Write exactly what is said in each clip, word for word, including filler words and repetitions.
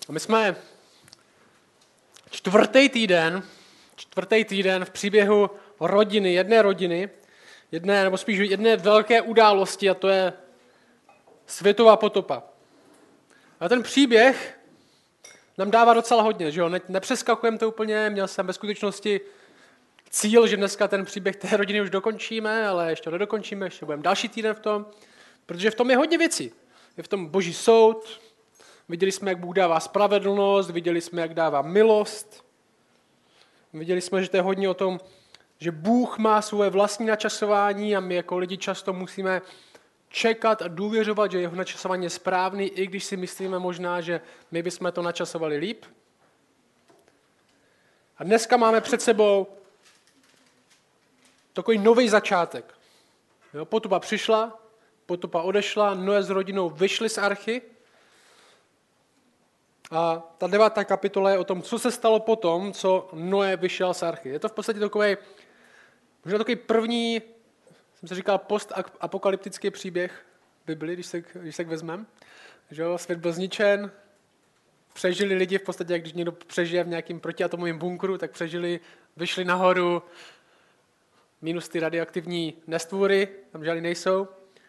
A my jsme čtvrtý týden, čtvrtý týden v příběhu rodiny, jedné rodiny, jedné, nebo spíš jedné velké události, a to je světová potopa. A ten příběh nám dává docela hodně, že jo? Ne, nepřeskakujeme to úplně, měl jsem ve skutečnosti cíl, že dneska ten příběh té rodiny už dokončíme, ale ještě nedokončíme, ještě budeme další týden v tom, protože v tom je hodně věcí. Je v tom boží soud, viděli jsme, jak Bůh dává spravedlnost, viděli jsme, jak dává milost, viděli jsme, že to je hodně o tom, že Bůh má svoje vlastní načasování a my jako lidi často musíme čekat a důvěřovat, že jeho načasování je správný, i když si myslíme možná, že my bychom to načasovali líp. A dneska máme před sebou takový nový začátek. Jo, potopa přišla, potopa odešla, Noé s rodinou vyšli z archy a ta devátá kapitola je o tom, co se stalo potom, co Noé vyšel z archy. Je to v podstatě takový, možná takový první, jsem se říkal, postapokalyptický příběh Bibli, když se, když se vezmeme. Že jo, svět byl zničen, přežili lidi v podstatě, jak když někdo přežije v nějakém protiatomovém bunkru, tak přežili, vyšli nahoru, minus ty radioaktivní nestvůry, tam žádný nejsou.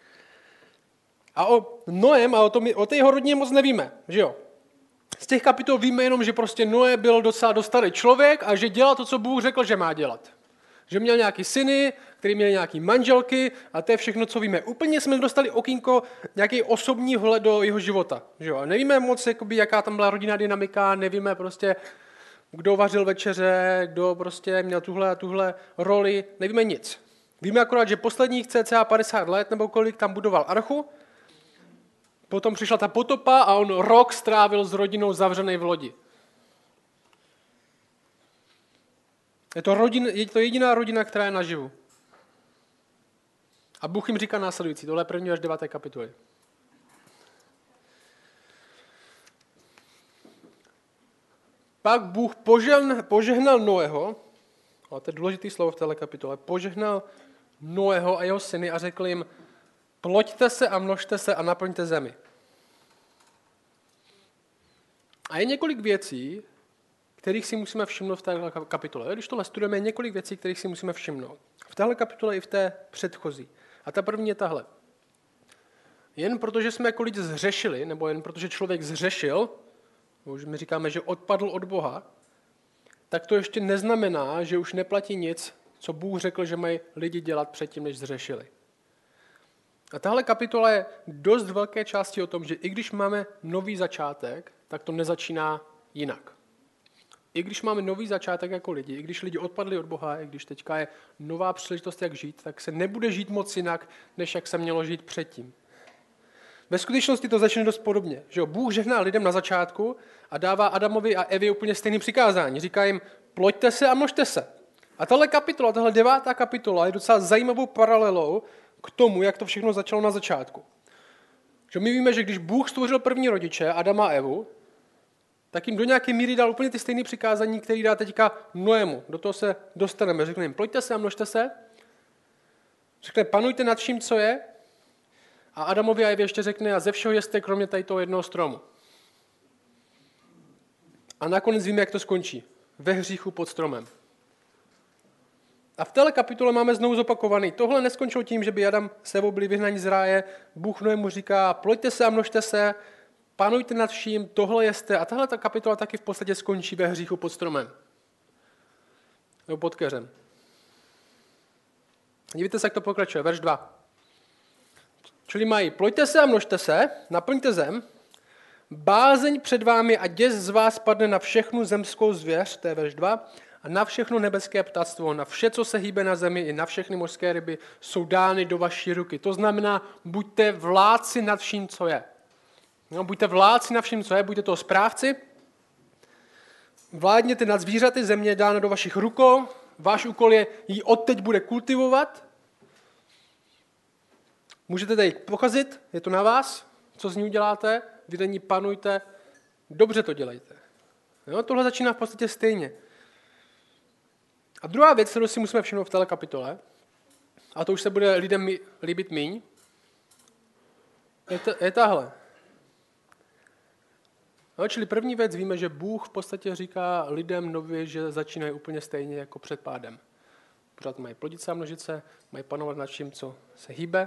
A o Noém a o, tom, o té jeho rodině moc nevíme, že jo. Z těch kapitol víme jenom, že prostě Noé byl docela dostalý člověk a že dělal to, co Bůh řekl, že má dělat. Že měl nějaký syny, který měli nějaký manželky a to je všechno, co víme. Úplně jsme dostali okýnko nějaký osobní vhled do jeho života. Že jo? A nevíme moc, jakoby, jaká tam byla rodinná dynamika, nevíme prostě, kdo vařil večeře, kdo prostě měl tuhle a tuhle roli, nevíme nic. Víme akorát, že posledních cca padesát let nebo kolik tam budoval archu, potom přišla ta potopa a on rok strávil s rodinou zavřenej v lodi. Je to, rodin, je to jediná rodina, která je naživu. A Bůh jim říká následující, tohle je první až deváté kapitoly. Pak Bůh požehnal, požehnal Noého, a to je důležité slovo v téhle kapitole, požehnal Noého a jeho syny a řekl jim, ploďte se a množte se a naplňte zemi. A je několik věcí, kterých si musíme všimnout v téhle kapitole. Když tohle studujeme, je několik věcí, kterých si musíme všimnout. V téhle kapitole i v té předchozí. A ta první je tahle. Jen protože jsme jako lidi zřešili, nebo jen protože člověk zřešil, už my říkáme, že odpadl od Boha, tak to ještě neznamená, že už neplatí nic, co Bůh řekl, že mají lidi dělat předtím, než zřešili. A tahle kapitola je dost velké části o tom, že i když máme nový začátek, tak to nezačíná jinak. I když máme nový začátek jako lidi, i když lidi odpadli od Boha, i když teďka je nová příležitost, jak žít, tak se nebude žít moc jinak, než jak se mělo žít předtím. Ve skutečnosti to začne dost podobně. Že jo? Bůh žehná lidem na začátku a dává Adamovi a Evě úplně stejné přikázání. Říká jim, ploďte se a množte se. A tahle kapitola, tahle devátá kapitola je docela zajímavou paralelou k tomu, jak to všechno začalo na začátku. Že my víme, že když Bůh stvořil první rodiče, Adama a Evu, tak jim do nějaké míry dal úplně ty stejné přikázání, které dá teďka Noému. Do toho se dostaneme. Řekne jim, ploďte se a množte se. Řekne, panujte nad vším, co je. A Adamovi a Evě ještě řekne, a ze všeho jeste, kromě tady toho jednoho stromu. A nakonec víme, jak to skončí. Ve hříchu pod stromem. A v téhle kapitole máme znovu zopakovaný. Tohle neskončilo tím, že by Adam s Evou byli vyhnaní z ráje. Bůh Noému říká, ploďte se a množte se. Panujte nad vším, tohle jeste. A tahle ta kapitola taky v podstatě skončí ve hříchu pod stromem. Nebo pod keřem. Dívejte se, jak to pokračuje. Verš dva. Čili mají, ploďte se a množte se, naplňte zem, bázeň před vámi a děs z vás padne na všechnu zemskou zvěř, to je verš dva, a na všechno nebeské ptactvo, na vše, co se hýbe na zemi, i na všechny mořské ryby, jsou dány do vaší ruky. To znamená, buďte vládci nad vším, co je. No, buďte vládci nad vším, co je, buďte toho správci, vládněte nad zvířaty, země dáno do vašich rukou, váš úkol je ji odteď bude kultivovat. Můžete tady pokazit, je to na vás, co z ní uděláte, vy na ní panujte, dobře to dělejte. Jo, tohle začíná v podstatě stejně. A druhá věc, kterou si musíme všimnout v této kapitole, a to už se bude lidem líbit míň, je, to, je tahle. No, čili první věc víme, že Bůh v podstatě říká lidem nově, že začínají úplně stejně jako před pádem. Pořád mají plodit se a množit se, mají panovat nad vším, co se hýbe.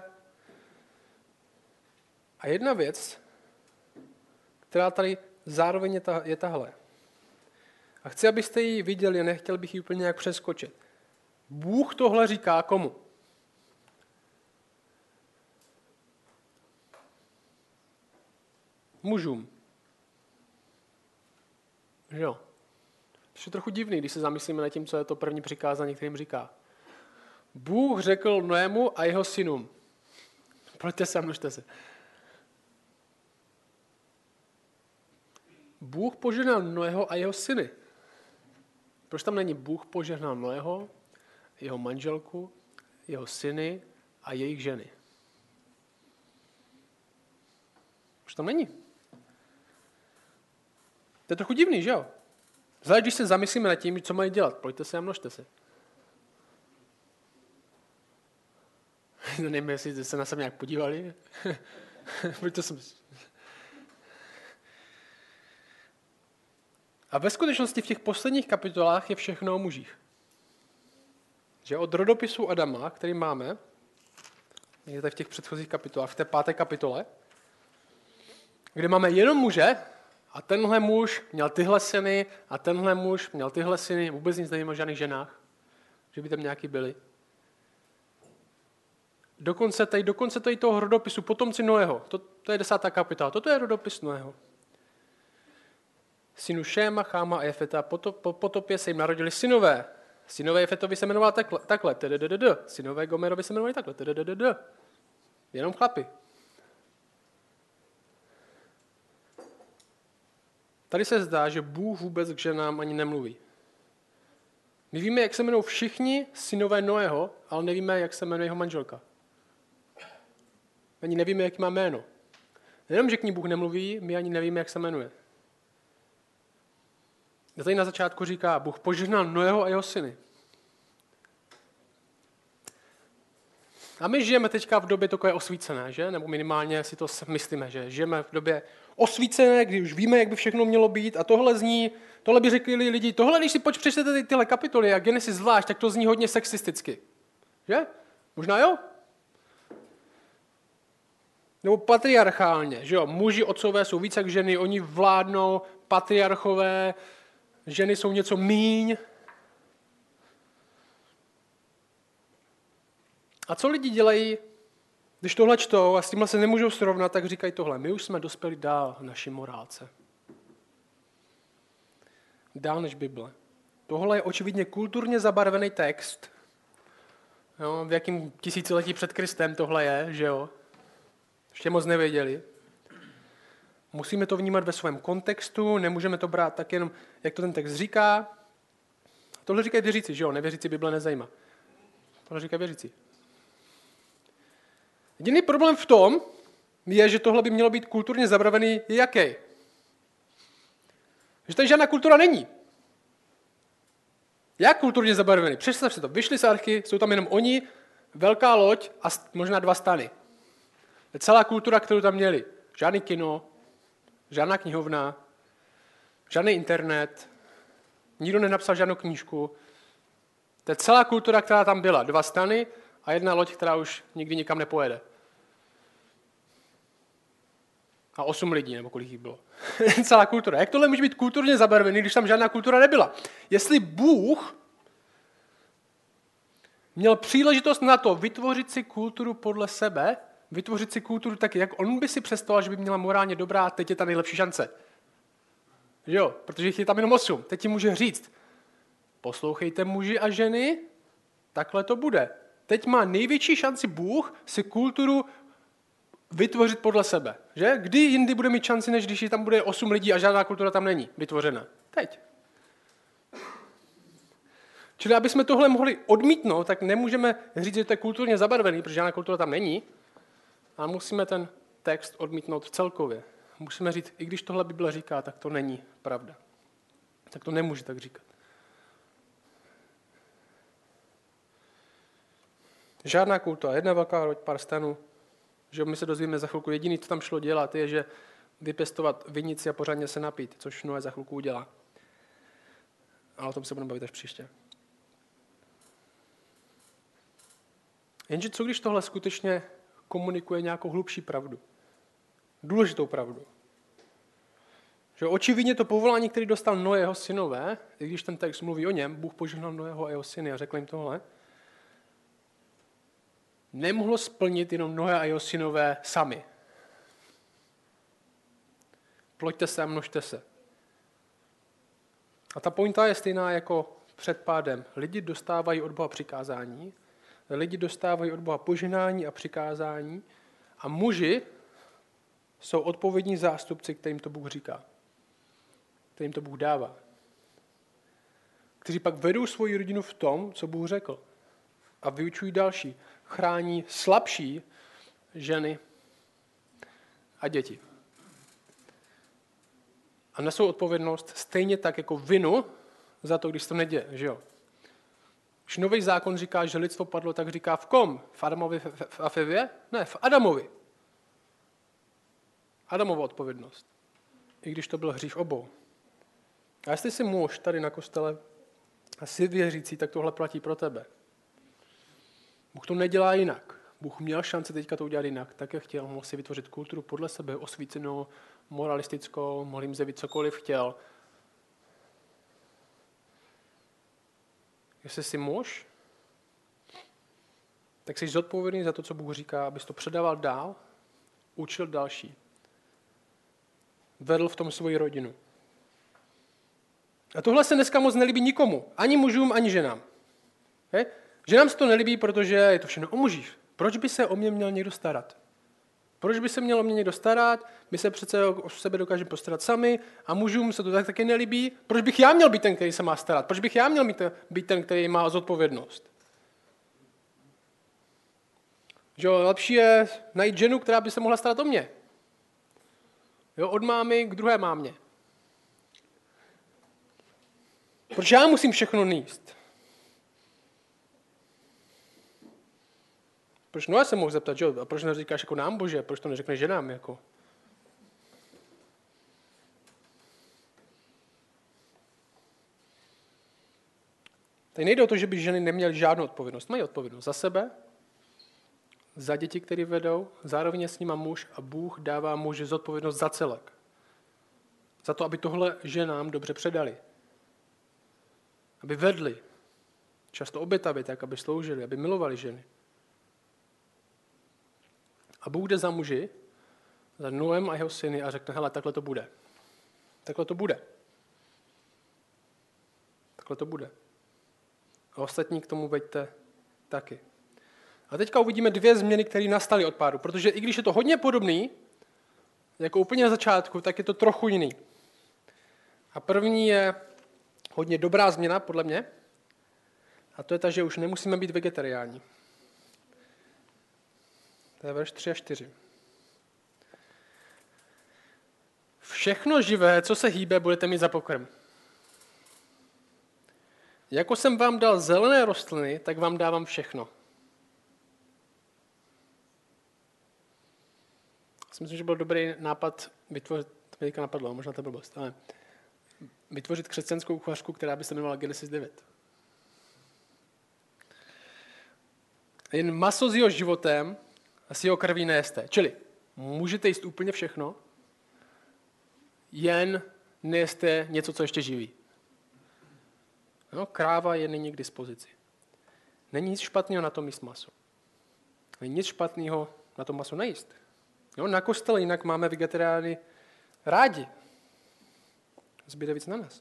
A jedna věc, která tady zároveň je, ta, je tahle. A chci, abyste ji viděli, nechtěl bych ji úplně nějak přeskočit. Bůh tohle říká komu? Mužům. Že jo? To je trochu divný, když se zamyslíme nad tím, co je to první přikázání, kterým říká. Bůh řekl Noému a jeho synům. Pojďte se a množte se. Bůh požehnal Noého a jeho syny. Proč tam není Bůh požehnal Noého, jeho manželku, jeho syny a jejich ženy? Proč tam není? To je trochu divný, že jo? Zvlášť, když se zamyslíme nad tím, co mají dělat. Pojďte se a množte se. Nevím, jestli se na sebe nějak podívali. Pojďte se. A ve skutečnosti v těch posledních kapitolách je všechno o mužích. Že od rodopisu Adama, který máme, je tady v těch předchozích kapitolách, v té páté kapitole, kde máme jenom muže, a tenhle muž měl tyhle syny, a tenhle muž měl tyhle syny, vůbec nic nevím o žádných ženách, že by tam nějaký byli. Dokonce tady, dokonce tady toho rodopisu, potomci Noého, to, to je desátá kapitola, toto je rodopis Noého. Synu Šéma, Cháma a Jefeta, po, po potopě se jim narodili synové. Synové Jefetovi se jmenovali takhle, takhle tdd, synové Gomerovi se jmenovali takhle, tdd, jenom chlapi. Tady se zdá, že Bůh vůbec k ženám ani nemluví. My víme, jak se jmenují všichni synové Noého, ale nevíme, jak se jmenuje jeho manželka. Ani nevíme, jaký má jméno. Nejenom, že k ní Bůh nemluví, my ani nevíme, jak se jmenuje. A tady na začátku říká, Bůh požehnal Noého a jeho syny. A my žijeme teďka v době takové osvícené, že? Nebo minimálně si to myslíme, že žijeme v době osvícené, kdy už víme, jak by všechno mělo být a tohle zní, tohle by řekli lidi, tohle, když si poč přečtete ty, tyhle kapitoly a Genesis zvlášť, tak to zní hodně sexisticky. Že? Možná jo? Nebo patriarchálně, že jo? Muži, otcové jsou víc jak ženy, oni vládnou, patriarchové, ženy jsou něco míň. A co lidi dělají, když tohle čtou a s tímhle se nemůžou srovnat, tak říkají tohle. My už jsme dospěli dál v naší morálce. Dál než Bible. Tohle je očividně kulturně zabarvený text. Jo, v jakém tisíciletí před Kristem tohle je, že jo? Ještě moc nevěděli. Musíme to vnímat ve svém kontextu, nemůžeme to brát tak jenom, jak to ten text říká. Tohle říkají věřící, že jo? Nevěřící Bible nezajímá. Tohle říkají věřící. Jediný problém v tom je, že tohle by mělo být kulturně zabravený jaký? Že tady žádná kultura není. Jak kulturně zabarvený? Představ si to. Vyšli z archy, jsou tam jenom oni, velká loď a možná dva stany. Je celá kultura, kterou tam měli. Žádný kino, žádná knihovna, žádný internet, nikdo nenapsal žádnou knížku. To je celá kultura, která tam byla. Dva stany a jedna loď, která už nikdy nikam nepojede. A osm lidí, nebo kolik jich bylo. Celá kultura. Jak tohle může být kulturně zabarvený, když tam žádná kultura nebyla? Jestli Bůh měl příležitost na to vytvořit si kulturu podle sebe, vytvořit si kulturu taky, jak on by si představoval, že by měla morálně dobrá, teď je ta nejlepší šance. Že jo? Protože jich je tam jenom osm. Teď ti může říct, poslouchejte muži a ženy, takhle to bude. Teď má největší šanci Bůh si kulturu vytvořit podle sebe. Že? Kdy jindy bude mít šanci, než když tam bude osm lidí a žádná kultura tam není vytvořena? Teď. Čili aby jsme tohle mohli odmítnout, tak nemůžeme říct, že to je kulturně zabarvený, protože žádná kultura tam není, a musíme ten text odmítnout celkově. Musíme říct, i když tohle Bible říká, tak to není pravda. Tak to nemůže tak říkat. Žádná kultura, jedna velká loď, pár stanů. Že my se dozvíme za chvilku, jediný, co tam šlo dělat, je, že vypěstovat vinici a pořádně se napít, což Noé za chvilku udělá. Ale o tom se budeme bavit až příště. Jenže co když tohle skutečně komunikuje nějakou hlubší pravdu? Důležitou pravdu. Že očividně to povolání, který dostal Noé jeho synové, i když ten text mluví o něm, Bůh požehnal Noého a jeho syny a řekl jim tohle, nemohlo splnit jenom Noé a jeho synové sami. Ploďte se a množte se. A ta pointa je stejná jako před pádem. Lidi dostávají od Boha přikázání, lidi dostávají od Boha požehnání a přikázání a muži jsou odpovědní zástupci, kterým to Bůh říká, kterým to Bůh dává. Kteří pak vedou svoji rodinu v tom, co Bůh řekl. A vyučují další. Chrání slabší ženy a děti. A nesou odpovědnost stejně tak jako vinu za to, když to neděje. Že jo? Když nový zákon říká, že lidstvo padlo, tak říká v kom? V Adamovi a v Evě? Ne, v Adamovi. Adamova odpovědnost. I když to byl hřích obou. A jestli jsi muž tady na kostele a jsi věřící, tak tohle platí pro tebe. Bůh to nedělá jinak. Bůh měl šanci teďka to udělat jinak, tak jak chtěl. Mohl si vytvořit kulturu podle sebe, osvícenou, moralistickou, mohl jim zjevit cokoliv chtěl. Jestli jsi muž, tak jsi zodpovědný za to, co Bůh říká, abys to předával dál, učil další. Vedl v tom svoji rodinu. A tohle se dneska moc nelíbí nikomu. Ani mužům, ani ženám. Je? Ženám se to nelíbí, protože je to všechno o mužích. Proč by se o mě měl někdo starat? Proč by se měl o mě někdo starat? My se přece o sebe dokážeme postarat sami a mužům se to tak taky nelíbí. Proč bych já měl být ten, který se má starat? Proč bych já měl být ten, který má zodpovědnost? Že jo, lepší je najít ženu, která by se mohla starat o mě. Jo, od mámy k druhé mámě. Proč já musím všechno nést? Proč Noé se mohl zeptat, že? A proč neříkáš jako nám, Bože? Proč to neřekneš ženám? Jako? Tady nejde o to, že by ženy neměly žádnou odpovědnost. Mají odpovědnost za sebe, za děti, které vedou, zároveň je s nima muž a Bůh dává muži zodpovědnost za celek. Za to, aby tohle ženám dobře předali. Aby vedli. Často obětavě tak, aby sloužili, aby milovali ženy. A Bůh jde za muži, za Noem a jeho syny a řekne, hele, takhle to bude. Takhle to bude. Takhle to bude. A ostatní k tomu veďte taky. A teďka uvidíme dvě změny, které nastaly od pádu, protože i když je to hodně podobný, jako úplně na začátku, tak je to trochu jiný. A první je hodně dobrá změna, podle mě, a to je ta, že už nemusíme být vegetariáni. To je verš tři a čtyři. Všechno živé, co se hýbe, budete mít za pokrm. Jako jsem vám dal zelené rostliny, tak vám dávám všechno. Já si myslím, že byl dobrý nápad vytvořit, to mě napadlo, možná to byl blbost, ale vytvořit křesťanskou kuchařku, která by se jmenovala Genesis devět. Jen maso s jeho životem a s jeho krví nejeste. Čili můžete jíst úplně všechno, jen nejeste něco, co ještě živí. No, kráva je nyní k dispozici. Není nic špatného na tom jíst maso. Není nic špatného na tom maso nejíst. Jo, na kostele jinak máme vegetariány rádi. Zbyde víc na nás.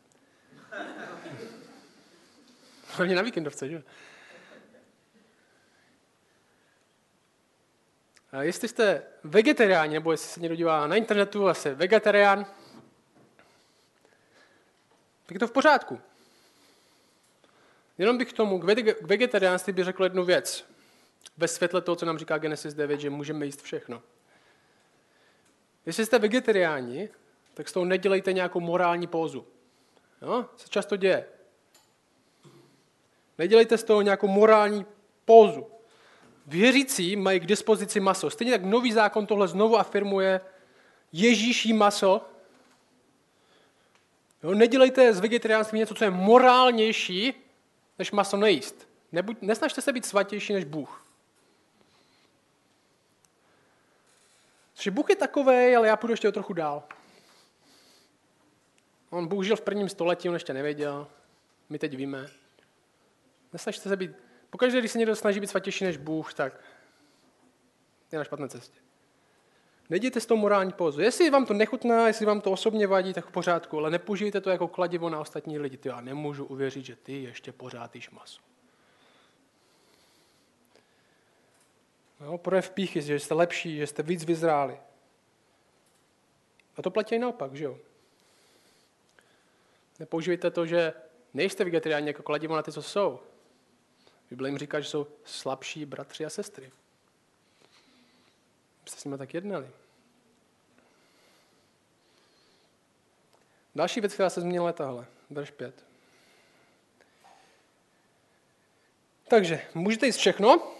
Hlavně na víkendovce, že? A jestli jste vegetariáni, nebo jestli se někdo dívá na internetu a jste vegetarián, tak je to v pořádku. Jenom bych k tomu, k vegetariánství bych řekl jednu věc. Ve světle toho, co nám říká Genesis devět, že můžeme jíst všechno. Jestli jste vegetariáni, tak s toho nedělejte nějakou morální pózu. Jo? Se často děje. Nedělejte z toho nějakou morální pózu. Věřící mají k dispozici maso. Stejně tak nový zákon tohle znovu afirmuje, Ježíš jí maso. Jo, nedělejte z vegetariánství něco, co je morálnější, než maso nejíst. Nebuď, nesnažte se být svatější než Bůh. Že Bůh je takovej, ale já půjdu ještě o trochu dál. On Bůh žil v prvním století, on ještě nevěděl. My teď víme. Nesnažte se být... Pokaždé, když se někdo snaží být svatější než Bůh, tak je na špatné cestě. Nejděte s tou morální pózu. Jestli vám to nechutná, jestli vám to osobně vadí, tak v pořádku, ale nepoužijte to jako kladivo na ostatní lidi. Ty, já nemůžu uvěřit, že ty ještě pořád jíš maso. No, projev pýchy, že jste lepší, že jste víc vyzráli. A to platí i naopak, že jo? Nepoužívejte to, že nejste vegetariáni jako kladivo na ty, co jsou. Bible jim říká, že jsou slabší bratři a sestry. Jste s nimi tak jednali. Další věc, která se změnila, je tahle. Verš pět. Takže, můžete jíst všechno?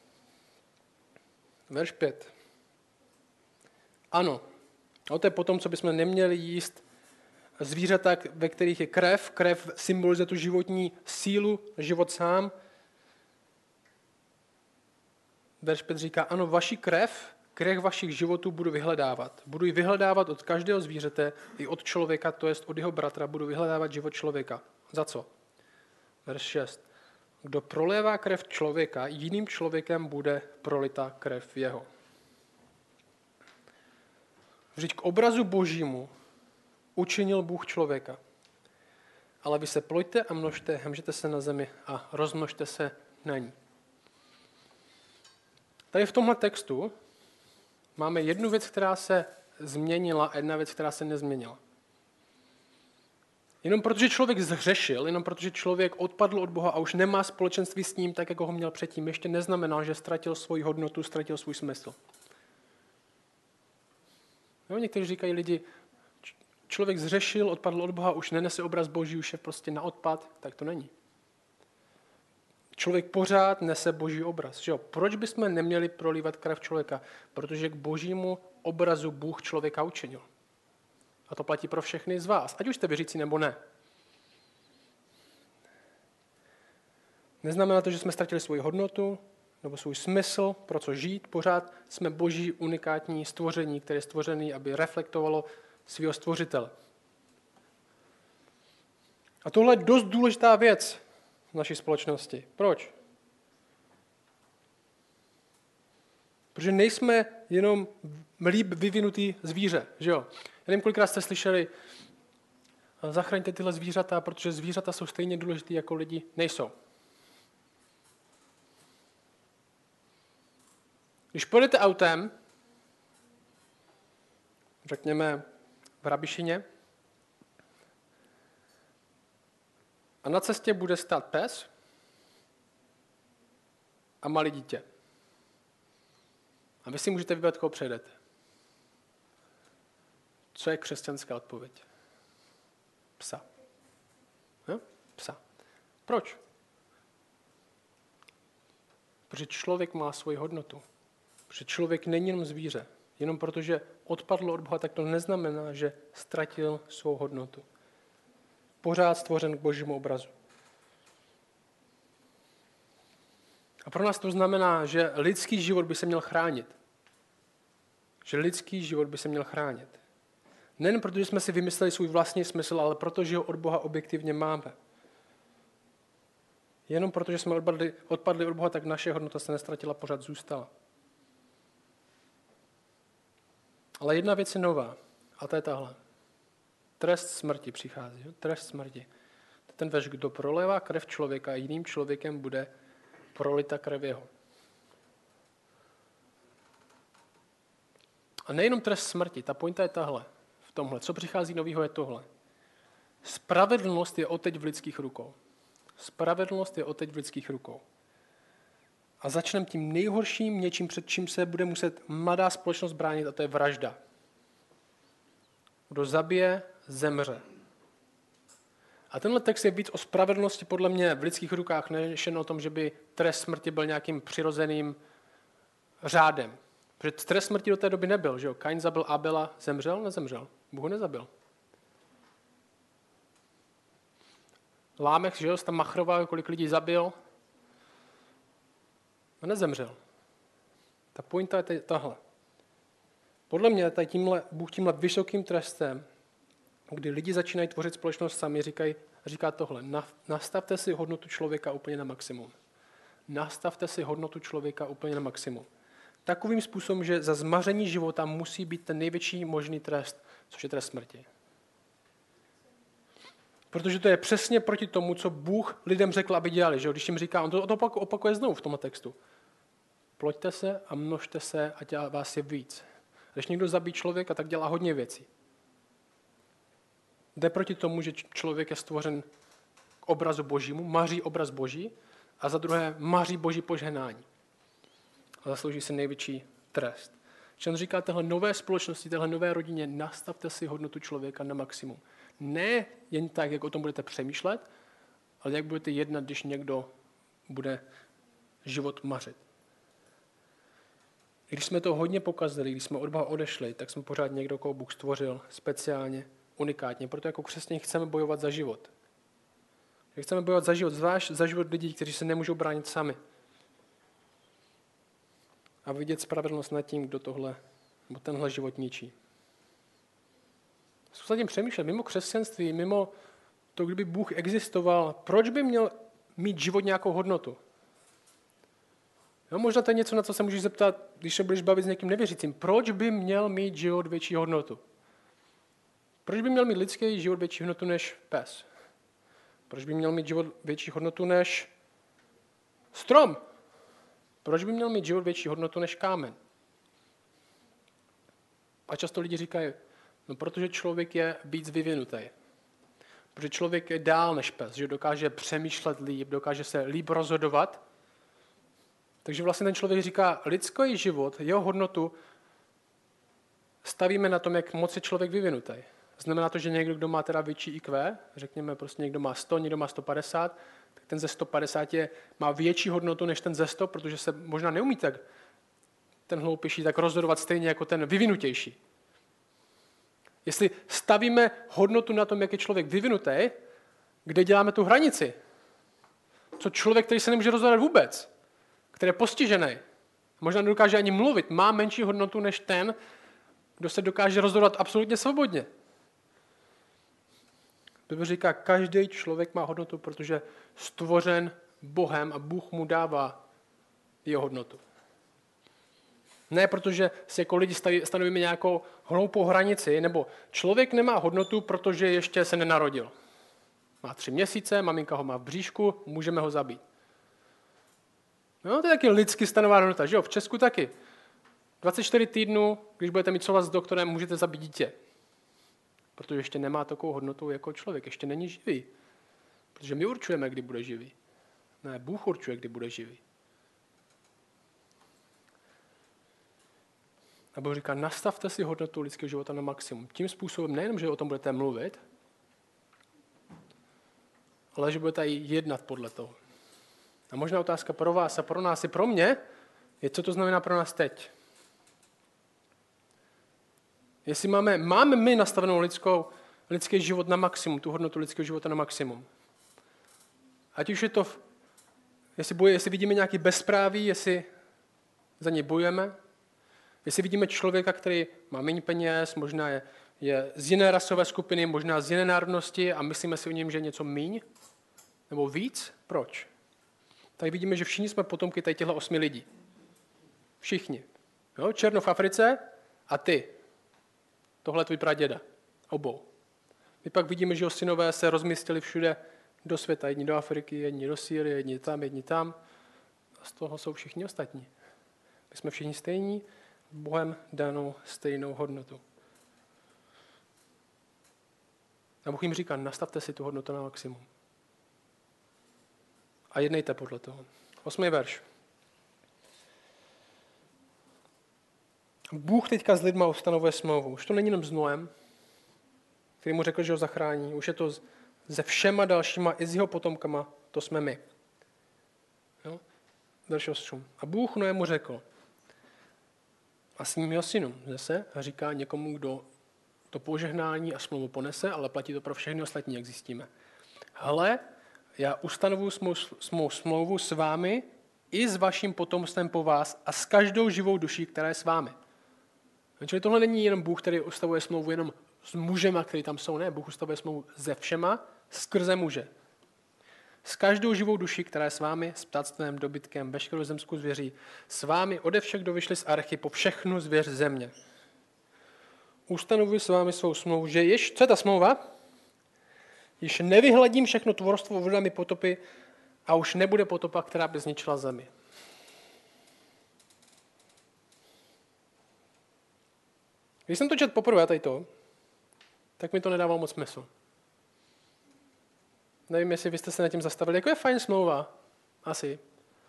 Verš pět. Ano. A to je potom, co bychom neměli jíst zvířata, ve kterých je krev. Krev symbolizuje tu životní sílu, život sám. Verš pět říká, ano, vaši krev, krev vašich životů budu vyhledávat. Budu ji vyhledávat od každého zvířete, i od člověka, to jest od jeho bratra, budu vyhledávat život člověka. Za co? Verš šest. Kdo prolévá krev člověka, jiným člověkem bude prolita krev jeho. Vždyť k obrazu božímu učinil Bůh člověka. Ale vy se plojte a množte, hemžete se na zemi a rozmnožte se na ní. Tady v tomhle textu máme jednu věc, která se změnila a jedna věc, která se nezměnila. Jenom protože člověk zhřešil, jenom protože člověk odpadl od Boha a už nemá společenství s ním, tak jako ho měl předtím, ještě neznamená, že ztratil svoji hodnotu, ztratil svůj smysl. Jo, někteří říkají lidi, člověk zhřešil, odpadl od Boha, už nenese obraz Boží, už je prostě na odpad, tak to není. Člověk pořád nese Boží obraz. Že jo? Proč bychom neměli prolívat krev člověka? Protože k Božímu obrazu Bůh člověka učinil. A to platí pro všechny z vás, ať už jste věřící nebo ne. Neznamená to, že jsme ztratili svoji hodnotu nebo svůj smysl, pro co žít. Pořád jsme Boží unikátní stvoření, které je stvořené, aby reflektovalo svého stvořitele. A tohle je dost důležitá věc v naší společnosti. Proč? Protože nejsme jenom líp vyvinutý zvíře, že jo? Já nevím, kolikrát jste slyšeli, zachraňte tyhle zvířata, protože zvířata jsou stejně důležitý jako lidi. Nejsou. Když pojedete autem, řekněme v Hrabišině, a na cestě bude stát pes a malé dítě. A vy si můžete vybrat, koho přejdete. Co je křesťanská odpověď? Psa. Jo? Psa. Proč? Protože člověk má svoji hodnotu. Protože člověk není jenom zvíře. Jenom protože odpadl od Boha, tak to neznamená, že ztratil svou hodnotu. Pořád stvořen k Božímu obrazu. A pro nás to znamená, že lidský život by se měl chránit. Že lidský život by se měl chránit. Nejen protože jsme si vymysleli svůj vlastní smysl, ale protože ho od Boha objektivně máme. Jenom protože jsme odpadli, odpadli od Boha, tak naše hodnota se nestratila, pořád zůstala. Ale jedna věc je nová, a to je tahle. Trest smrti přichází. Jo? Trest smrti. To je ten verš, kdo prolévá krev člověka, jiným člověkem bude prolita krev jeho. A nejenom trest smrti, ta pointa je tahle. V tomhle. Co přichází novýho je tohle. Spravedlnost je odteď v lidských rukou. Spravedlnost je odteď v lidských rukou. A začneme tím nejhorším něčím, před čím se bude muset mladá společnost bránit, a to je vražda. Kdo zabije, zemře. A tenhle text je víc o spravedlnosti podle mě v lidských rukách, než jen o tom, že by trest smrti byl nějakým přirozeným řádem. Protože trest smrti do té doby nebyl, že jo? Kain zabil Abela, zemřel, nezemřel. Bůh ho nezabil. Lámech, že jo, tam machroval, kolik lidí zabil. A nezemřel. Ta pointa je tahle. Podle mě tady tímhle, Bůh tímhle vysokým trestem, kdy lidi začínají tvořit společnost sami, říkají, říká tohle. Nastavte si hodnotu člověka úplně na maximum. Nastavte si hodnotu člověka úplně na maximum. Takovým způsobem, že za zmaření života musí být ten největší možný trest, což je trest smrti. Protože to je přesně proti tomu, co Bůh lidem řekl, aby dělali. Že? Když jim říká, on to opakuje znovu v tomhle textu. Ploďte se a množte se a dělá vás je víc. Když někdo zabíjí člověka, tak dělá hodně věcí. Jde proti tomu, že člověk je stvořen k obrazu Božímu, maří obraz Boží a za druhé maří Boží požehnání. A zaslouží se největší trest. Čili on říká téhle nové společnosti, téhle nové rodině, nastavte si hodnotu člověka na maximum. Ne jen tak, jak o tom budete přemýšlet, ale jak budete jednat, když někdo bude život mařit. Když jsme to hodně pokazili, když jsme od Boha odešli, tak jsme pořád někdo, koho Bůh stvořil speciálně, unikátně. Proto jako křesťané chceme bojovat za život. Chceme bojovat za život, zvlášť za život lidí, kteří se nemůžou bránit sami. A vidět spravedlnost nad tím, kdo tohle, nebo tenhle život ničí. Zkuste tím přemýšlet, mimo křesťanství, mimo to, kdyby Bůh existoval, proč by měl mít život nějakou hodnotu? Jo, možná to je něco, na co se můžeš zeptat, když se budeš bavit s někým nevěřícím. Proč by měl mít život větší hodnotu? Proč by měl mít lidský život větší hodnotu než pes? Proč by měl mít život větší hodnotu než strom? Proč by měl mít život větší hodnotu než kámen? A často lidi říkají, no protože člověk je víc vyvinutý. Protože člověk je dál než pes, že dokáže přemýšlet líp, dokáže se líp rozhodovat. Takže vlastně ten člověk říká, lidský život, jeho hodnotu stavíme na tom, jak moc je člověk vyvinutý. Znamená to, že někdo, kdo má teda větší í kvé, řekněme prostě někdo má sto, někdo má sto padesát, tak ten ze sto padesát je, má větší hodnotu než ten ze sto, protože se možná neumí tak ten hloupější tak rozhodovat stejně jako ten vyvinutější. Jestli stavíme hodnotu na tom, jak je člověk vyvinutý, kde děláme tu hranici? Co člověk, který se nemůže rozhodovat vůbec, který je postižený, možná nedokáže ani mluvit, má menší hodnotu než ten, kdo se dokáže rozhodovat absolutně svobodně. Bible říká, každý člověk má hodnotu, protože stvořen Bohem a Bůh mu dává jeho hodnotu. Ne, protože si jako lidi stanovíme nějakou hloupou hranici, nebo člověk nemá hodnotu, protože ještě se nenarodil. Má tři měsíce, maminka ho má v bříšku, můžeme ho zabít. No, to je taky lidsky stanovená hodnota, že jo? V Česku taky. dvacet čtyři týdnů, když budete mít souhlas s doktorem, můžete zabít dítě. Protože ještě nemá takovou hodnotu jako člověk, ještě není živý. Protože my určujeme, kdy bude živý. Ne, Bůh určuje, kdy bude živý. A Bůh říká, nastavte si hodnotu lidského života na maximum. Tím způsobem nejenom, že o tom budete mluvit, ale že budete i jednat podle toho. A možná otázka pro vás a pro nás i pro mě je, co to znamená pro nás teď. Jestli máme, máme my nastavenou lidskou, lidský život na maximum, tu hodnotu lidského života na maximum. Ať už je to, v, jestli, boje, jestli vidíme nějaký bezpráví, jestli za ně bojujeme, jestli vidíme člověka, který má méně peněz, možná je, je z jiné rasové skupiny, možná z jiné národnosti a myslíme si o něm, že je něco míň nebo víc, proč? Tady vidíme, že všichni jsme potomky tady těchto osmi lidí. Všichni. Jo? Černo v Africe a ty. Tohle je tvůj praděda. Obou. My pak vidíme, že synové se rozmístili všude do světa. Jedni do Afriky, jedni do Sýrie, jedni tam, jedni tam. A z toho jsou všichni ostatní. My jsme všichni stejní, Bohem danou stejnou hodnotu. A Bůh jim říká, nastavte si tu hodnotu na maximum. A jednejte podle toho. Osmý verš. Bůh teďka s lidma ustanovuje smlouvu. Už to není jenom s Noem, který mu řekl, že ho zachrání. Už je to se všema dalšíma, i s jeho potomkama, to jsme my. Jo? Verš osm. A Bůh Noému řekl, a svým jeho synům zase říká někomu, kdo to požehnání a smlouvu ponese, ale platí to pro všechny ostatní, jak zjistíme. Hle, já ustanovuji smou smlouvu s vámi i s vaším potomstvem po vás a s každou živou duší, která je s vámi. Čili tohle není jenom Bůh, který ustavuje smlouvu jenom s mužema, který tam jsou, ne, Bůh ustavuje smlouvu se všema skrze muže. S každou živou duší, která je s vámi, s ptáctvem, dobytkem, veškerou zemskou zvěří, s vámi ode všech, kdo vyšli z archy, po všechnu zvěř země. Ustanovuji s vámi svou smlouvu, že již, co je ta smlouva? Již nevyhladím všechno tvorstvo vodami potopy a už nebude potopa, která by zničila zemi. Když jsem to četl poprvé tady to, tak mi to nedávalo moc smysl. Nevím, jestli vy jste se nad tím zastavili. Jako je fajn smlouva? Asi.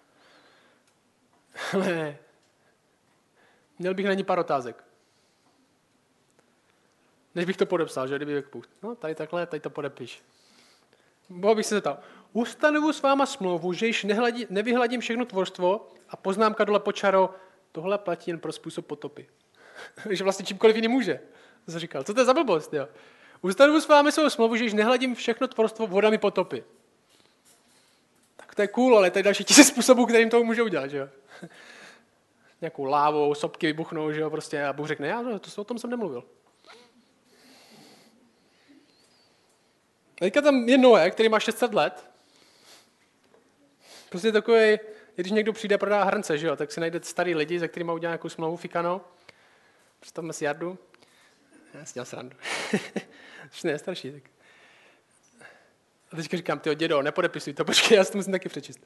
Ale měl bych na ní pár otázek. Než bych to podepsal, že kdyby Bůh. No, tady takhle, tady to podepiš. Boha bych se zeptal. Ustanovu s váma smlouvu, že již nehladí, nevyhladím všechno tvorstvo a poznámka dole pod čarou, tohle platí jen pro způsob potopy. Že vlastně čímkoliv jiný může. To jsem říkal. Co to je za blbost, jo? Ustanovu s vámi svou smlouvu, že již nehladím všechno tvorstvo vodami potopy. Tak to je cool, ale to je další tisíc způsobů, kterým to může udělat, že jo? Nějakou lávou, sopky vybuchnou, že jo, prostě a Bůh řekne, já to, o tom jsem nemluvil. A teďka tam je Noé, který má šest set let. Prostě takový, když někdo přijde a prodá hrnce, že jo, tak si najde starý lidi, se kterými udělá nějakou smlouvu fikanou. Představme si Jardu. Já si dělám srandu. Už ne, starší. Tak. A teďka říkám, tyjo, dědo, nepodepisuj to, počkej, já si to musím taky přečíst.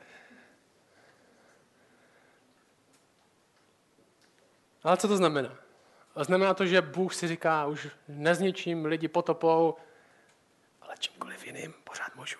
Ale co to znamená? A znamená to, že Bůh si říká, už nezničím lidi potopou, ale čímkoliv jiným pořád můžu.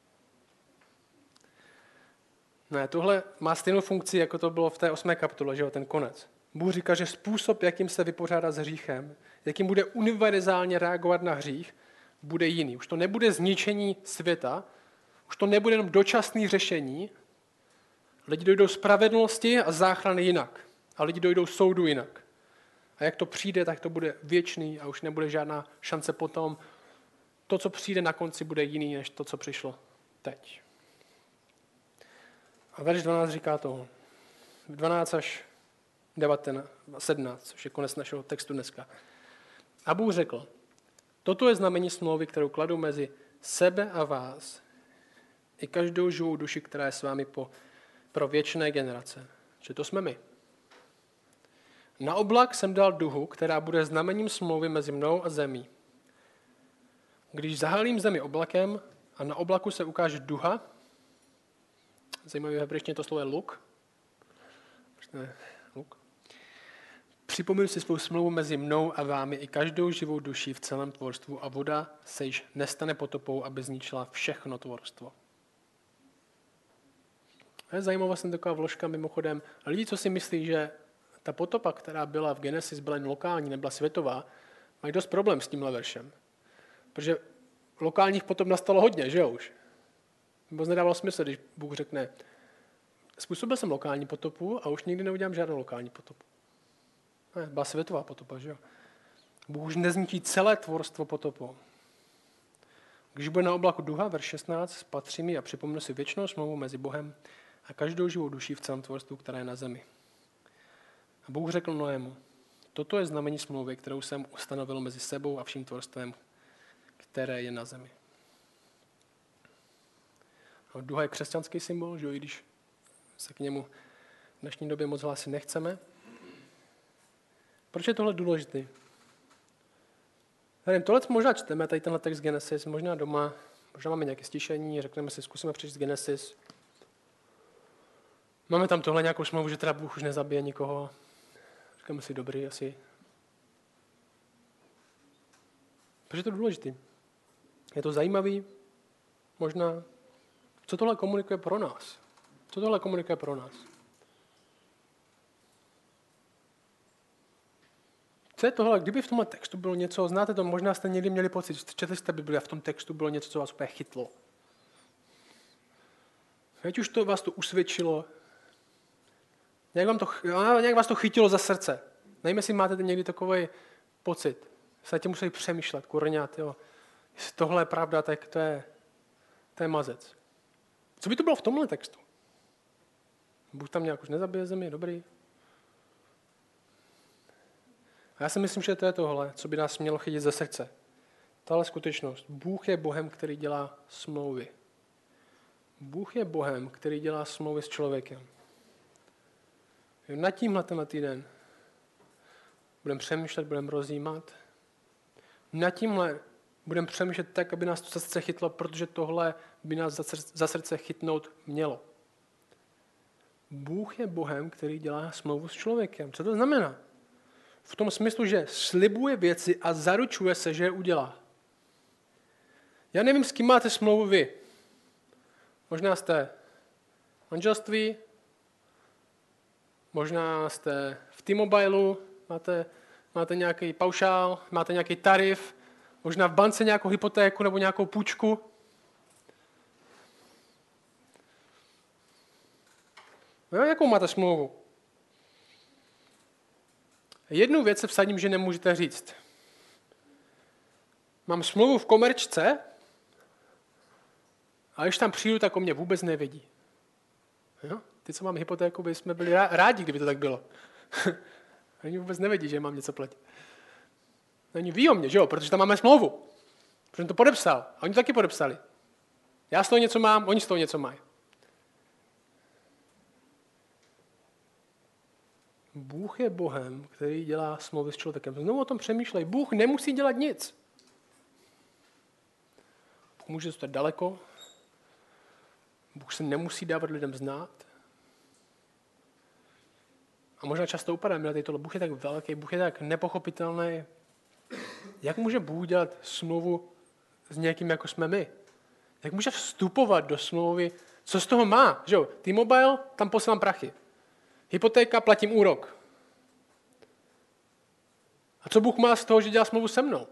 Ne, tohle má stejnou funkci, jako to bylo v té osmé kapitole, že jo, ten konec. Bůh říká, že způsob, jakým se vypořádá s hříchem, jakým bude univerzálně reagovat na hřích, bude jiný. Už to nebude zničení světa, už to nebude jenom dočasné řešení. Lidi dojdou spravedlnosti a záchrany jinak. A lidi dojdou soudu jinak. A jak to přijde, tak to bude věčný a už nebude žádná šance potom. To, co přijde na konci, bude jiný, než to, co přišlo teď. A verš dvanáct říká toho. dvanáct až devatenáct, sedmnáct, což je konec našeho textu dneska. A Bůh řekl, toto je znamení smlouvy, kterou kladu mezi sebe a vás i každou živou duši, která je s vámi po, pro věčné generace. Že to jsme my. Na oblak jsem dal duhu, která bude znamením smlouvy mezi mnou a zemí. Když zahalím zemi oblakem a na oblaku se ukáže duha, zajímavý hebrejštině to slovo je luk, luk. Připomenu si svou smlouvu mezi mnou a vámi i každou živou duši v celém tvorstvu a voda se již nestane potopou, aby zničila všechno tvorstvo. A je zajímavá jsem taková vložka mimochodem. Lidi, co si myslí, že ta potopa, která byla v Genesis, byla jen lokální, nebyla světová, mají dost problém s tímhle veršem. Protože lokálních potop nastalo hodně, že jo už? Nebo nedávalo smysl, když Bůh řekne, způsobil jsem lokální potopu a už nikdy neudělám žádnou lokální potopu. Ne, byla světová potopa, že jo? Bůh už nezničí celé tvorstvo potopou. Když bude na oblaku duha, verš šestnáct, spatří mi a připomenu si věčnou smlouvu mezi Bohem a každou živou duší v celém tvorstvu, která je na zemi. A Bůh řekl Noému, toto je znamení smlouvy, kterou jsem ustanovil mezi sebou a vším tvorstvem, které je na zemi. A duha je křesťanský symbol, že jo, i když se k němu v dnešní době moc hlásit nechceme. Proč je tohle důležité? Nevím, tohle možná čteme, tady tenhle text Genesis, možná doma, možná máme nějaké stišení, řekneme si, zkusíme přečíst Genesis. Máme tam tohle nějakou smlouvu, že teda Bůh už nezabije nikoho. Říkáme si, dobrý, asi. Proč je to důležité? Je to zajímavý? Možná. Co tohle komunikuje pro nás? Co tohle komunikuje pro nás? Co je tohle? Kdyby v tomhle textu bylo něco, znáte to, možná jste někdy měli pocit, četli jste Bibli a v tom textu bylo něco, co vás úplně chytlo. Ať už to vás to usvědčilo, nějak, vám to, nějak vás to chytilo za srdce. Nevím, jestli máte někdy takový pocit. Se tím museli přemýšlet, kurňat, jo. Jestli tohle je pravda, tak to je, to je mazec. Co by to bylo v tomhle textu? Bůh tam nějak už nezabije zemi, dobrý. A já si myslím, že to je tohle, co by nás mělo chytit ze srdce. Tahle skutečnost. Bůh je Bohem, který dělá smlouvy. Bůh je Bohem, který dělá smlouvy s člověkem. Nad tímhle tenhle týden budeme přemýšlet, budeme rozjímat. Nad tímhle budeme přemýšlet tak, aby nás to za srdce chytlo, protože tohle by nás za srdce chytnout mělo. Bůh je Bohem, který dělá smlouvu s člověkem. Co to znamená? V tom smyslu, že slibuje věci a zaručuje se, že je udělá. Já nevím, s kým máte smlouvu vy. Možná jste v manželství, možná jste v T-Mobileu, máte, máte nějaký paušál, máte nějaký tarif, možná v bance nějakou hypotéku nebo nějakou půjčku. No, jakou máte smlouvu? Jednu věc se vsadím, že nemůžete říct. Mám smlouvu v Komerčce, a když tam přijdu, tak o mě vůbec nevědí. Jo? Ty, co mám hypotéku, by jsme byli rádi, kdyby to tak bylo. Oni vůbec nevědí, že mám něco platit. Oni ví o mě, že jo? Protože tam máme smlouvu. Protože jsem to podepsal. A oni to taky podepsali. Já z toho něco mám, oni z toho něco mají. Bůh je Bohem, který dělá smlouvy s člověkem. Znovu o tom přemýšlej. Bůh nemusí dělat nic. Bůh může zůstat daleko. Bůh se nemusí dávat lidem znát. A možná často upadáme na této, Bůh je tak velký, Bůh je tak nepochopitelný. Jak může Bůh dělat smlouvu s někým, jako jsme my? Jak může vstupovat do smlouvy? Co z toho má? Že jo? T-Mobile, tam posílám prachy. Hypotéka, platím úrok. A co Bůh má z toho, že dělá smlouvu se mnou?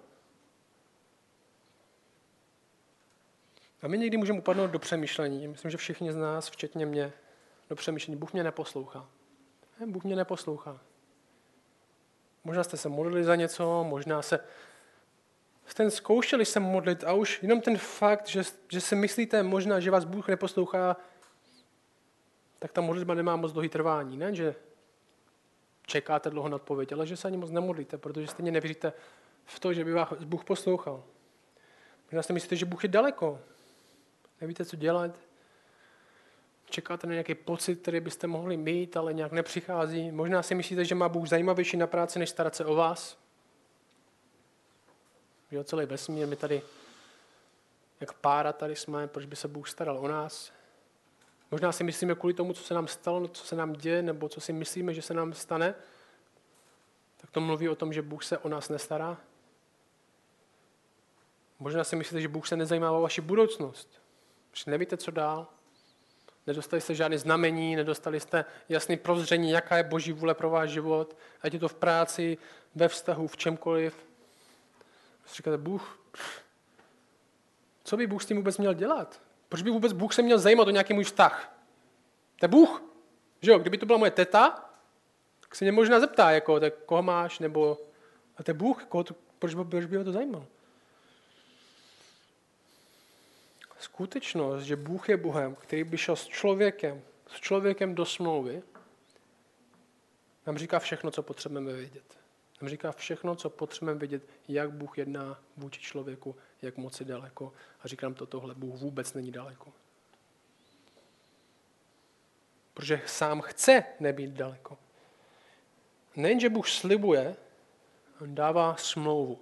A my někdy můžeme upadnout do přemýšlení. Myslím, že všichni z nás, včetně mě, do přemýšlení. Bůh mě neposlouchá. Bůh mě neposlouchá. Možná jste se modlili za něco, možná se jste zkoušeli se modlit a už jenom ten fakt, že, že si myslíte možná, že vás Bůh neposlouchá, tak ta modlitba nemá moc dlouhý trvání. Ne, že čekáte dlouho na odpověď, ale že se ani moc nemodlíte, protože stejně nevěříte v to, že by vás Bůh poslouchal. Možná si myslíte, že Bůh je daleko. Nevíte, co dělat. Čekáte na nějaký pocit, který byste mohli mít, ale nějak nepřichází. Možná si myslíte, že má Bůh zajímavější na práci, než starat se o vás. Jo, celý vesmír, my tady, jak pára tady jsme, proč by se Bůh staral o nás. Možná si myslíme kvůli tomu, co se nám stalo, co se nám děje, nebo co si myslíme, že se nám stane, tak to mluví o tom, že Bůh se o nás nestará. Možná si myslíte, že Bůh se nezajímá o vaši budoucnost. Že nevíte, co dál. Nedostali jste žádné znamení, nedostali jste jasné prozření, jaká je Boží vůle pro váš život, ať je to v práci, ve vztahu, v čemkoliv. Prostě říkáte, Bůh, co by Bůh s tím vůbec měl dělat? Proč by vůbec Bůh se měl zajímat o nějaký můj vztah? To je Bůh. Že jo? Kdyby to byla moje teta, tak se mě možná zeptá, jako, tak koho máš, nebo a to je Bůh, koho to, proč, by, proč by ho to zajímalo? Skutečnost, že Bůh je Bohem, který by šel s člověkem, s člověkem do smlouvy, nám říká všechno, co potřebujeme vědět. Nám říká všechno, co potřebujeme vědět, jak Bůh jedná vůči člověku, jak moc je daleko. A říká nám to tohle, Bůh vůbec není daleko. Protože sám chce nebýt daleko. Nejenže Bůh slibuje, on dává smlouvu.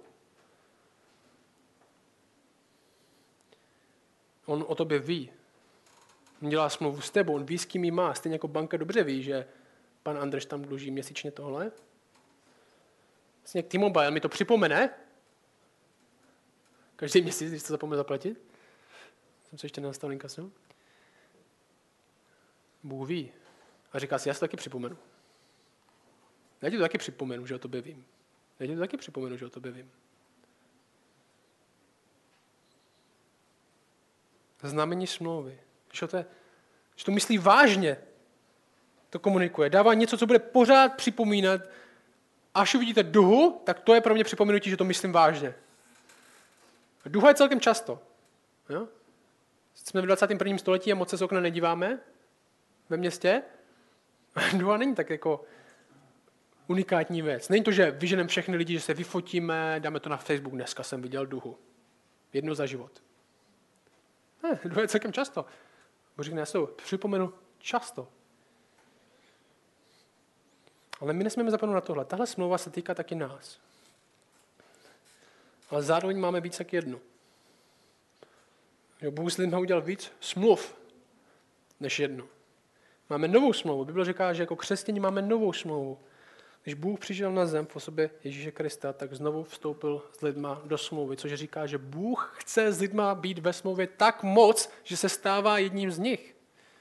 On o tobě ví. On dělá smlouvu s tebou, on ví, s kým jí má. Stejně jako banka dobře ví, že pan Andreš tam dluží měsíčně tohle. Vlastně jak T-Mobile mi to připomene. Každý měsíc, když to zapomenu zaplatit. Jsem se ještě nenastal inkasem. Bůh ví. A říká si, já si to taky připomenu. Já ti to taky připomenu, že o tobě vím. Já ti to taky připomenu, že o tobě vím. Znamení smlouvy. Že to, je, že to myslí vážně. To komunikuje. Dává něco, co bude pořád připomínat, Až uvidíte duhu, tak to je pro mě připomenutí, že to myslím vážně. Duha je celkem často. Jo? Jsme v dvacátém prvním století a moc se z okna nedíváme ve městě. Duha není tak jako unikátní věc. Není to, že vyženeme všechny lidi, že se vyfotíme, dáme to na Facebook. Dneska jsem viděl duhu. Jedno za život. Ne, duha je celkem často. Boží já to připomenu často. Ale my nesmíme zapomenout na tohle. Tahle smlouva se týká taky nás. Ale zároveň máme víc jak jednu. Bůh s lidmi udělal víc smluv než jednu. Máme novou smlouvu. Bible říká, že jako křesťané máme novou smlouvu. Když Bůh přišel na zem v osobě Ježíše Krista, tak znovu vstoupil s lidma do smlouvy, což říká, že Bůh chce s lidma být ve smlouvě tak moc, že se stává jedním z nich.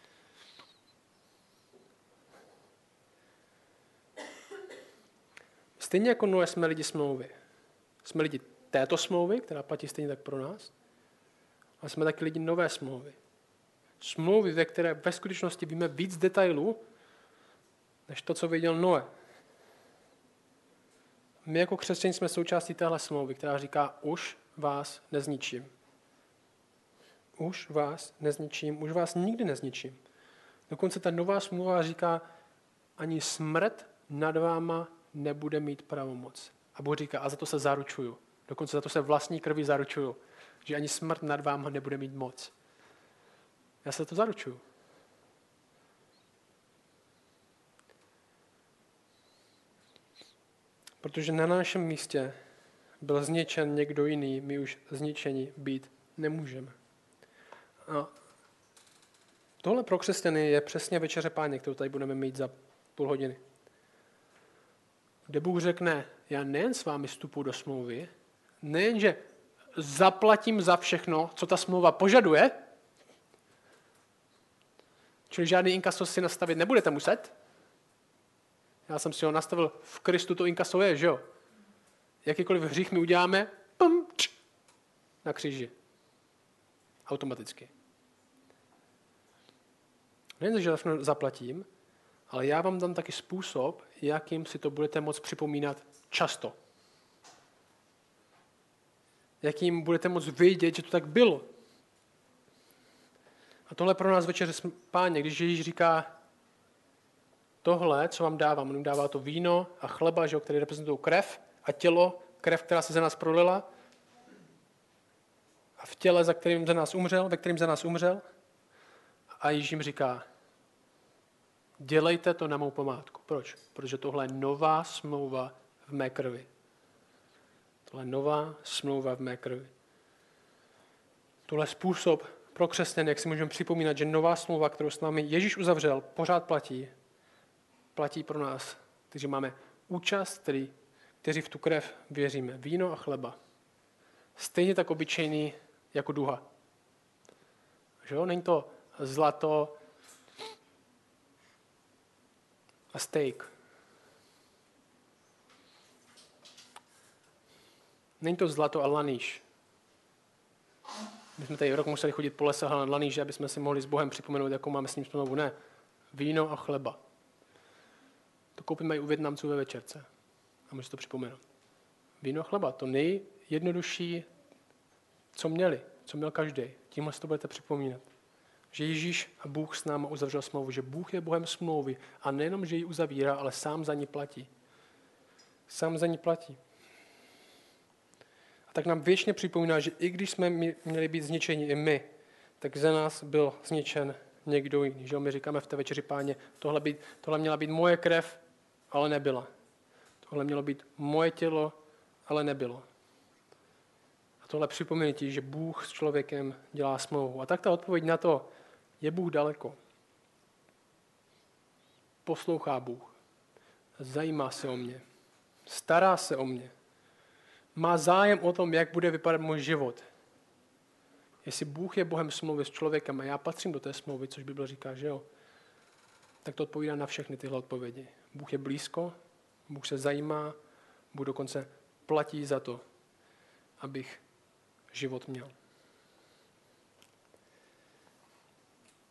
Stejně jako Noé jsme lidi smlouvy. Jsme lidi této smlouvy, která platí stejně tak pro nás, ale jsme taky lidi nové smlouvy. Smlouvy, ve které ve skutečnosti víme víc detailů, než to, co věděl Noé. My jako křesťané jsme součástí téhle smlouvy, která říká, už vás nezničím. Už vás nezničím, už vás nikdy nezničím. Dokonce ta nová smlouva říká, ani smrt nad váma nebude mít pravomoc. A Bůh říká, a za to se zaručuju. Dokonce za to se vlastní krví zaručuju, že ani smrt nad váma nebude mít moc. Já se to zaručuju. Protože na našem místě byl zničen někdo jiný, my už zničeni být nemůžeme. A tohle pro křesťany je přesně večeře Páně, kterou tady budeme mít za půl hodiny. Kde Bůh řekne, já nejen s vámi vstupuji do smlouvy, nejen, že zaplatím za všechno, co ta smlouva požaduje, čili žádný inkaso si nastavit nebudete muset. Já jsem si ho nastavil, v Kristu to inkaso je, že jo? Jakýkoliv hřích my uděláme, pum, č, na kříži. Automaticky. Nejen, že zaplatím, ale já vám dám taky způsob, jakým si to budete moct připomínat často. Jakým budete moct vědět, že to tak bylo. A tohle pro nás večeře Páně, když Ježíš říká tohle, co vám dávám, on dává to víno a chleba, že, který reprezentují krev a tělo, krev, která se za nás prolila a v těle, za kterým za nás umřel, ve kterým za nás umřel. A Ježíš jim říká, dělejte to na mou památku. Proč? Protože tohle je nová smlouva v mé krvi. Tohle je nová smlouva v mé krvi. Tohle je způsob pro křesťany, jak si můžeme připomínat, že nová smlouva, kterou s námi Ježíš uzavřel, pořád platí. Platí pro nás, kteří máme účast, který, kteří v tu krev věříme. Víno a chleba. Stejně tak obyčejný jako duha. Že jo? Není to zlato a steak. Není to zlato a laníž. My jsme tady rok museli chodit po lese a laníže, aby jsme si mohli s Bohem připomenout, jakou máme s ním smlouvu. Ne. Víno a chleba. To koupit mají u Vietnamců ve večerce. A můžete to připomenout. Víno a chleba, to nejjednodušší, co měli, co měl každý. Tímhle si to budete připomínat. Že Ježíš a Bůh s námi uzavřel smlouvu, že Bůh je Bohem smlouvy a nejenom, že ji uzavírá, ale sám za ní platí. Sám za ní platí. A tak nám věčně připomíná, že i když jsme měli být zničeni i my, tak za nás byl zničen někdo jiný. Že my říkáme v té večeři Páně, tohle, být, tohle měla být moje krev, ale nebyla. Tohle mělo být moje tělo, ale nebylo. A tohle připomíná ti, že Bůh s člověkem dělá smlouvu. A tak ta odpověď na to, je Bůh daleko. Poslouchá Bůh. Zajímá se o mě. Stará se o mě. Má zájem o tom, jak bude vypadat můj život. Jestli Bůh je Bohem smlouvy s člověkem a já patřím do té smlouvy, což Bible říká, že jo, tak to odpovídá na všechny tyhle odpovědi. Bůh je blízko, Bůh se zajímá, Bůh dokonce platí za to, abych život měl.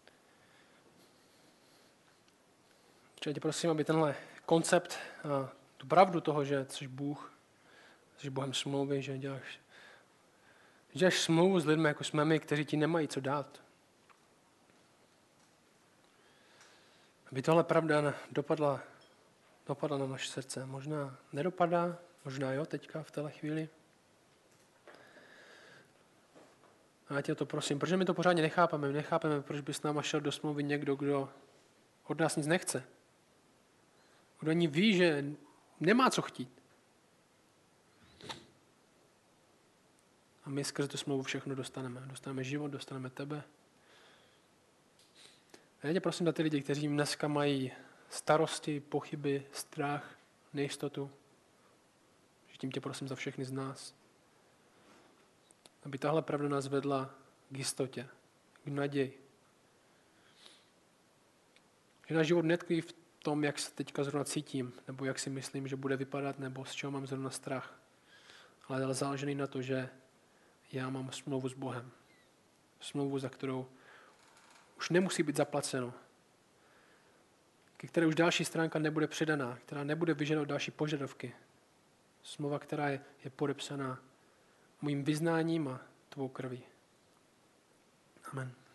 Čili tě prosím, aby tenhle koncept tu pravdu toho, že jsi Bůh, jsi Bohem smlouvy, že děláš, že děláš smlouvu s lidmi, jako jsme my, kteří ti nemají co dát. Aby tohle pravda dopadla, dopadla na naše srdce. Možná nedopadá, možná jo, teďka v téhle chvíli. A já tě o to prosím, protože my to pořádně nechápeme. My nechápeme, proč by s náma šel do smlouvy někdo, kdo od nás nic nechce. Kdo ani ví, že nemá co chtít. A my skrze tu smlouvu všechno dostaneme. Dostaneme život, dostaneme tebe. A já tě prosím za ty lidi, kteří dneska mají starosti, pochyby, strach, nejistotu. Že tím tě prosím za všechny z nás. Aby tahle pravda nás vedla k jistotě, k naději. Že náš život netkví v tom, jak se teďka zrovna cítím, nebo jak si myslím, že bude vypadat, nebo z čeho mám zrovna strach. Ale je záležený na to, že já mám smlouvu s Bohem. Smlouvu, za kterou už nemusí být zaplaceno. Ke které už další stránka nebude přidaná, která nebude vyžadovat další požadavky. Smlouva, která je, je podepsaná mým vyznáním a tvou krví. Amen.